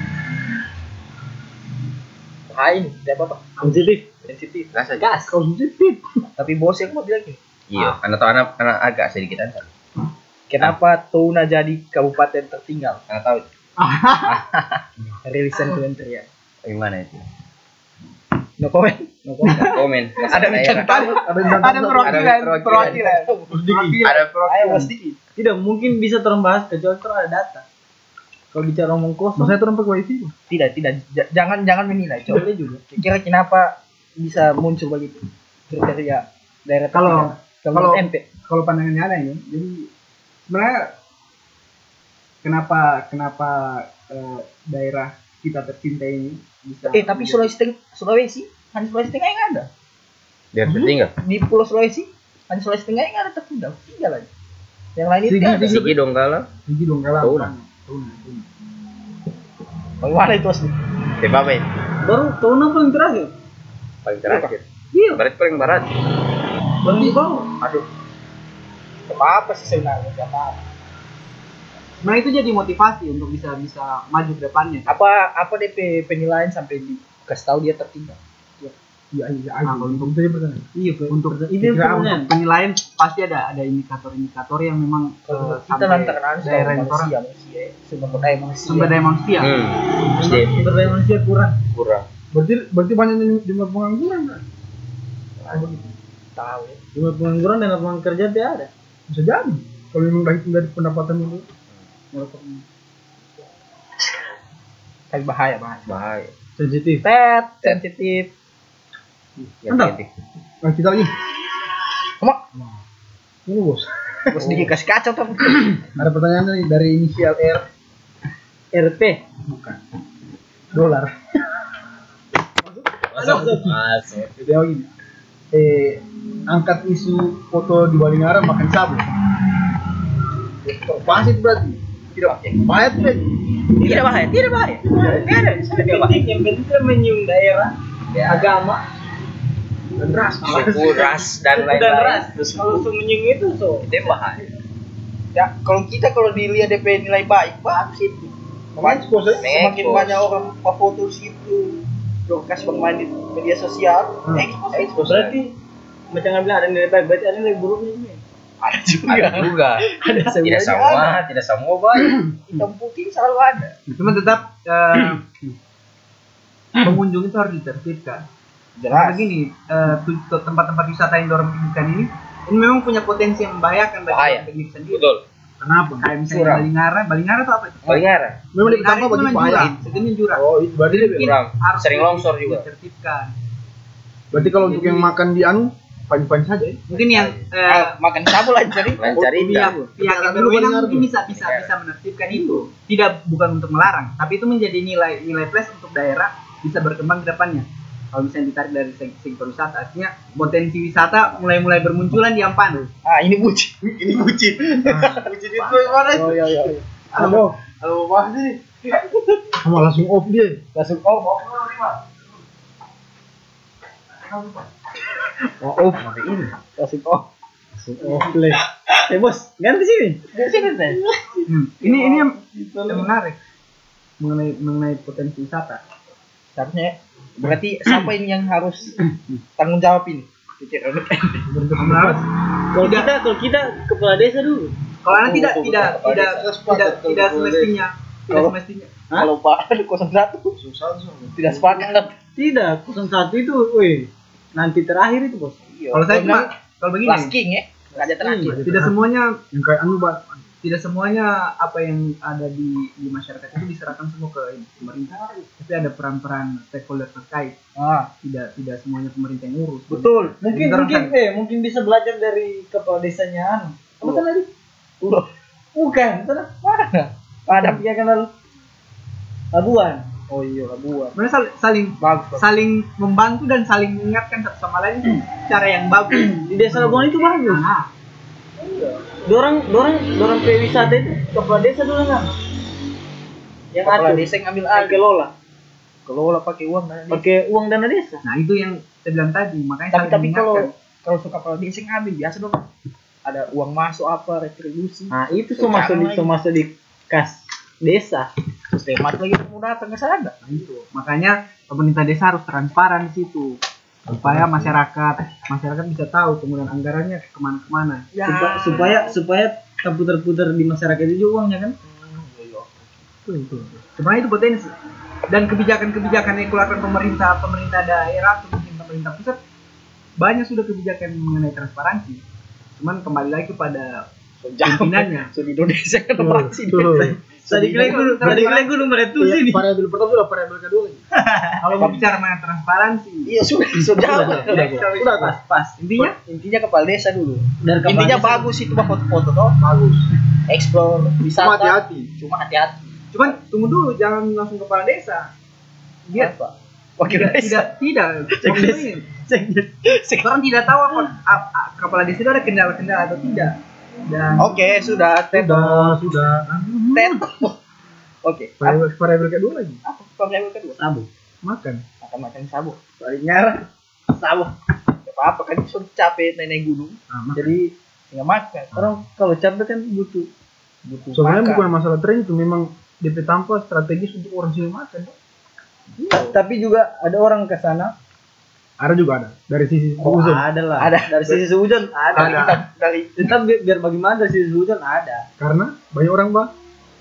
bahaya ini siapa tuh sensitif sensitif Gas aja. gas sensitif tapi bos yang mau bilang gini Iya, anak tahu anak, anak agak sedikit ansar. kenapa Tuna jadi kabupaten tertinggal Anak tahu itu. rilisan kementerian Gimana itu? no comment no comment Komen. ada bintang tamu Ada yang ada perwakilan, perwakilan. perwakilan. Ada ayo mas Diki tidak mungkin bisa terus bahas kecuali terus ada data kalau bicara omong kosong Maksudnya turun pakai wifi. tidak tidak J- jangan jangan menilai coba juga kira kenapa bisa muncul begitu kriteria daerah Kalau- tertinggal. kalau- M P Kalau pandangannya ada ya, jadi sebenarnya kenapa kenapa eh, daerah kita tercinta ini bisa eh tapi Sulawesi Teng- Sulawesi hanya Sulawesi Tengah yang ada Biar tertinggal. di Pulau Sulawesi hanya Sulawesi Tengah yang ada tertinggal tinggal aja yang lain itu Sigi, ada Sigi. Sigi dong kalah. Gigi dong kalah. Tuna. Tuna, tuna. bagaimana itu asli Coba be. baru Tuna paling terakhir Paling terakhir. iya Berarti paling barat. baru di bawah Aduh. apa apa sih sebenarnya apa apa Nah itu jadi motivasi untuk bisa bisa maju ke depannya. apa apa D P penilaian sampai dikasih tahu dia tertinggal Iya, iya, Ah, iya. kalau Untuk itu aja pertanyaan. Iya, untuk ini kira pertanyaan. untuk penilaian pasti ada ada indikator-indikator yang memang kalau eh, kita sampai lantaran anu daerah yang manusia orang manusia sumber daya manusia sumber daya manusia. Hmm. Pasti sumber daya manusia kurang kurang. Berarti berarti banyak jumlah pengangguran kan? tahu ya jumlah pengangguran dan lapangan kerja tidak ada Bisa jadi. Kalau memang dari dari pendapatan itu. tapi bahaya bahaya Bahaya. Sensitif. tet sensitif Mantap. Ganti-ganti. Nah, kita lagi. Kamu Ini bos. terus dikasih kacau tuh Ada pertanyaan nih dari inisial R. R P Dolar. Masuk. Masuk. Jadi yang gini. Eh, angkat isu foto di Balingara makan sabu. Pas itu berarti. Tidak bahaya tidak. tidak bahaya tidak bahaya tidak ada tidak bahaya yang penting tidak menyinggung daerah agama Dan ras. Suku, ras dan dan ras lain-lain. terus kalau su menyinggung itu so Itu yang bahaya. ya kalau kita kalau dilihat D P nilai baik bagus itu Kemarin kok saya semakin Expose. banyak orang foto situ lokasi bermain di media sosial Hmm. expose Expose. berarti macam nggak bilang ada nilai baik berarti ada nilai buruknya juga ada juga Ada juga. ada Tidak semuanya semua, ada. tidak semua baik. hitam putih selalu ada Cuma tetap eh, pengunjung itu harus ditertibkan. Karena begini, eh, tu- tu- tempat-tempat wisata yang dorong tinggikan ini ini memang punya potensi yang membahayakan bagi Bahaya. orang teknik sendiri. Betul. Kenapa? Kayak misalnya Curang. Balingara, Balingara itu apa itu? Balingara. Memang Balingara ditambah itu bagi memang bahaya. jurang, sejenis jurang. Oh, itu berarti Mungkin Jurang. harus Sering longsor juga. ditertibkan. berarti kalau untuk Jadi- yang makan di anu pan-pan saja ya. Mungkin yang eh, Ah, makan sabu lah cari Lancar pihak indah. pihak yang Tidak ada berwenang Balingara mungkin tuh. bisa bisa Balingara. bisa menertibkan itu. Tidak bukan untuk melarang, tapi itu menjadi nilai nilai plus untuk daerah bisa berkembang ke depannya. Kalau misalnya ditarik dari segi, segi pariwisata, artinya potensi wisata mulai-mulai bermunculan di Ampanu. ah ini bucin Ini bucin. bucin itu gimana Oh iya iya. Halo. halo apa sih Sama langsung off dia. langsung oh mau Oh, off. langsung oh Off play. eh bos ganti sini ganti sini teh Hmm. Ini ini yang, yang menarik mengenai mengenai potensi wisata. seharusnya berarti siapa ini yang harus tanggung jawab ini pikir Menurut- kalau kita kalau kita kepala desa dulu Kalau anak Oh, tidak betul, tidak betul, tidak betul. tidak tidak semestinya tidak Kalau- semestinya. kalau Pak ada nol satu tidak sepakat Tidak, nol satu itu, wih, nanti terakhir itu bos. Kalau saya cuma kalau begini, last king ya raja terakhir tidak semuanya Yang kayak anu, Pak. tidak semuanya apa yang ada di di masyarakat itu diserahkan semua ke pemerintah, tapi ada peran-peran stakeholder terkait. ah Tidak tidak semuanya pemerintah yang ngurus. betul mungkin Jadi mungkin terangkan. eh mungkin bisa belajar dari kepala desanya anu apa kan tadi bukan sana mana ada yang kenal Labuan Oh iya, buat. Sebenarnya sal- saling Bagus, bagus. saling membantu dan saling mengingatkan satu sama lain itu cara yang bagus. Di Desa Labuan itu bagus. Nah, Dorang, dorang, dorang pe wisata itu kepala desa dulu kan. Yang Kepala atur. desa yang ambil Yang alih. kelola. Kelola pakai uang dana desa. Pakai uang dana desa. nah itu yang saya bilang tadi, makanya Tapi saling tapi kalau mengingatkan. kalau suka kepala desa yang ambil biasa dong. Ada uang masuk apa retribusi. Nah, itu semua masuk di semua masuk di kas desa. Hemat lagi mau datang ke sana. Nah, itu makanya pemerintah desa harus transparan di situ supaya masyarakat masyarakat bisa tahu kemudian anggarannya kemana-kemana. Ya. Supaya supaya supaya tak putar-putar di masyarakat itu uangnya kan. Itu itu. Sebenarnya itu potensi dan kebijakan-kebijakan yang dikeluarkan pemerintah pemerintah daerah atau mungkin pemerintah pusat banyak sudah kebijakan mengenai transparansi. Cuman kembali lagi kepada pimpinannya. So di Indonesia kan pasti. Tadi kira gue tadi kira gue nomor itu Iya, sini. variabel pertama sudah variabel kedua lagi. Kalau mau bicara mengenai transparansi, Iya sudah sudah. Sudah, sudah, sudah, Pas pas. intinya Intinya kepala desa dulu. Dari kepala Intinya desa. bagus itu mah foto-foto toh. Bagus. Explore Cuma wisata. hati-hati. Cuma hati-hati. cuman tunggu dulu jangan langsung kepala desa. Dia Apa? Wakil tidak desa. tidak tidak maksudnya orang tidak tahu apa, a- a- kepala desa itu ada kendala-kendala atau tidak. Dan Oke, sudah. Sudah, sudah. Ten. Oke. Variabel variabel kedua lagi. Apa variabel kedua? Sabu. Makan. Makan-makan sabuk. Paling nyara. Sabu. Apa kan sudah capek naik gunung. Nah, makan. Jadi nggak makan. Orang kalau capek kan butuh butuh Sebenarnya makan. bukan masalah tren itu, memang D P tanpa strategis untuk orang sini makan. Ta- Tapi juga ada orang ke sana. Ada juga ada dari sisi Oh, uzon. ada lah. Ada. Dari sisi sehujan ada. Ada. Kita dari Tetap bi- biar bagaimana dari sisi sehujan ada. Karena banyak orang bang.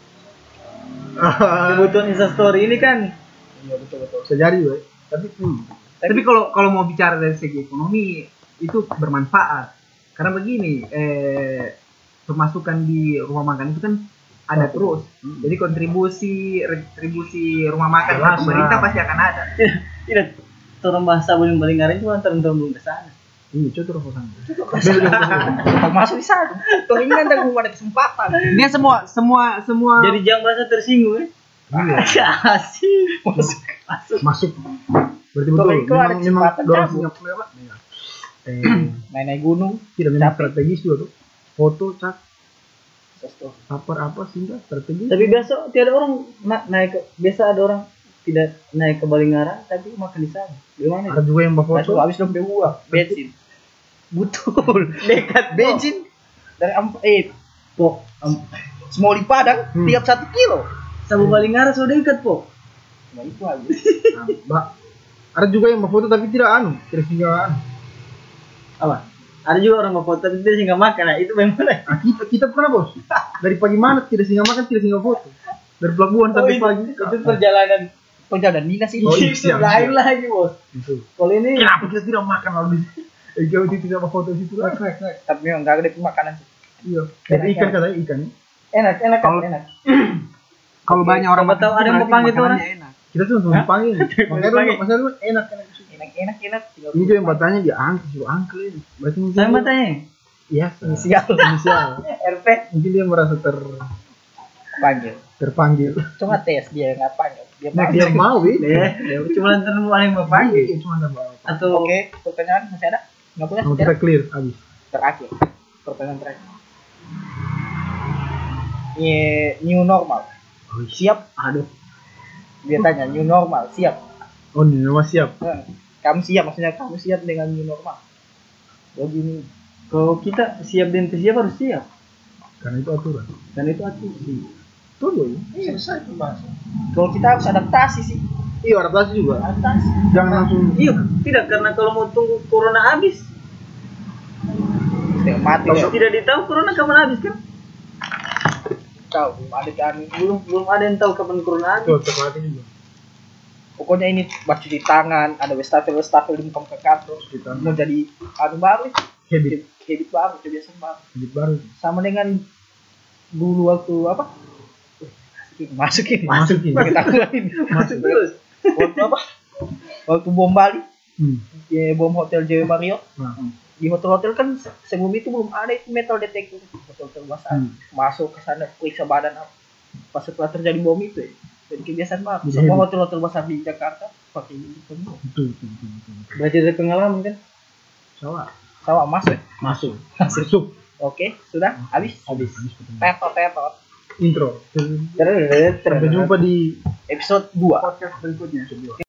Kebutuhan instastory ini kan iya betul betul. Bisa jadi, Boy. Tapi hmm, tapi kalau kalau mau bicara dari segi ekonomi itu bermanfaat. Karena begini, eh pemasukan di rumah makan itu kan ada terus. Jadi kontribusi retribusi rumah makan Jelas, ke pemerintah lah. pasti akan ada. tidak orang bahasa boleh paling ngarin cuma orang belum ke sana. ini coba terus kosan. Kita masuk di sana. Tuh ini kan belum ada kesempatan. Dia semua semua semua Jadi jangan bahasa tersinggung ya. Iya. Asik. Masuk. Masuk. Berarti Kalau betul. itu ada Memang memang kesempatan dorong cabut. Singapura apa? Eh, Naik-naik gunung. tidak memang Capek. strategis juga tuh. Foto, cat, Sesto. apa apa sehingga strategis. Tapi biasa tiada orang na- naik ke, biasa ada orang tidak naik ke Balingara tapi makan di sana. Gimana? Ada juga yang Masuk berfoto. habis dong dia uang. Bensin. Betul. Dekat Bensin dari Amp eh po. Am- semua di Padang Hmm. tiap satu kilo. Sabu Balingara sudah dekat po. Nah itu aja. Nah, Mbak, ada juga yang berfoto tapi tidak anu, tidak singgah anu. Apa? Ada juga orang mau foto tapi dia singgah makan. Nah, itu bagaimana? Nah, kita kita pernah bos. Dari pagi mana tidak singgah makan, tidak singgah foto. Dari pelabuhan sampai itu, pagi. itu perjalanan Perjalanan dinas ini. Oh, iya, itu siap, lain siap. lagi bos. Itu. Kalau ini Kenapa kita tidak makan lalu di eh, jauh itu tidak berfoto di situ? Tapi memang gak ada makanan sih. Iya. Tapi ikan katanya ikan. Enak, enak kan, Kalau- enak. kalau banyak orang Siapa tahu ada yang berarti mau panggil tuh makanannya enak. Kita tuh langsung dipanggil. Makanya Dipanggil. lu masalah lu enak enak. Enak, enak, enak. Ini juga yang bertanya dia angkel, suruh angkel ini. Berarti mungkin saya dia- mau tanya. Iya, Inisial. inisial. R P Mungkin dia merasa ter panggil. terpanggil. Coba tes dia nggak panggil. Dia Nah, panggil. dia mau ini. Deh, dia cuma nanti ada yang mau panggil Iya, cuma ada bawa. atau Oke, pertanyaan masih ada? Nggak punya? Mau Masih kita ada? clear habis. Terakhir. Pertanyaan terakhir. Ye, new normal. Siap? aduh. Dia tanya new normal siap. Oh, ini nama siap. Nah, kamu siap maksudnya kamu siap dengan new normal. Begini. Kalau kita siap dan siap harus siap. Karena itu aturan. Dan itu aturan. Tuh loh. Iya, selesai pembahasan. Kalau kita harus adaptasi sih. Iya, adaptasi juga. Adaptasi. Jangan langsung Iya, tidak karena kalau mau tunggu corona habis, Tidak mati kalau ya. tidak ditahu corona kapan habis kan? Tahu belum ada kan. Belum belum ada yang tahu kapan corona habis. tuh terlatih juga. Pokoknya ini baca di tangan, ada wastafel wastafel di muka kantor. Kita Mau jadi anu baru, habit, habit baru, kebiasaan baru. habit baru. Sama dengan dulu waktu apa? Masukin, Masukin. Pakai tangan ini. Masuk terus. Waktu apa? Waktu bom Bali, Hmm. ya, bom hotel J W Marriott. Nah. Di hotel-hotel kan sebelum itu belum ada itu metal detector. Hotel-hotel bahasa Hmm. masuk ke sana periksa badan apa. Pas setelah terjadi bom itu ya, Jadi kebiasaan banget. Jadi Semua habit. hotel-hotel besar di Jakarta pakai gitu semua. Betul, betul, betul, betul, betul. Berarti dari pengalaman kan? Salah. Sawah masuk. Masuk. Masuk. Oke, sudah habis. Habis. Habis pertanyaan. Tetot tetot. Intro. Terus Sampai jumpa di episode dua. podcast berikutnya.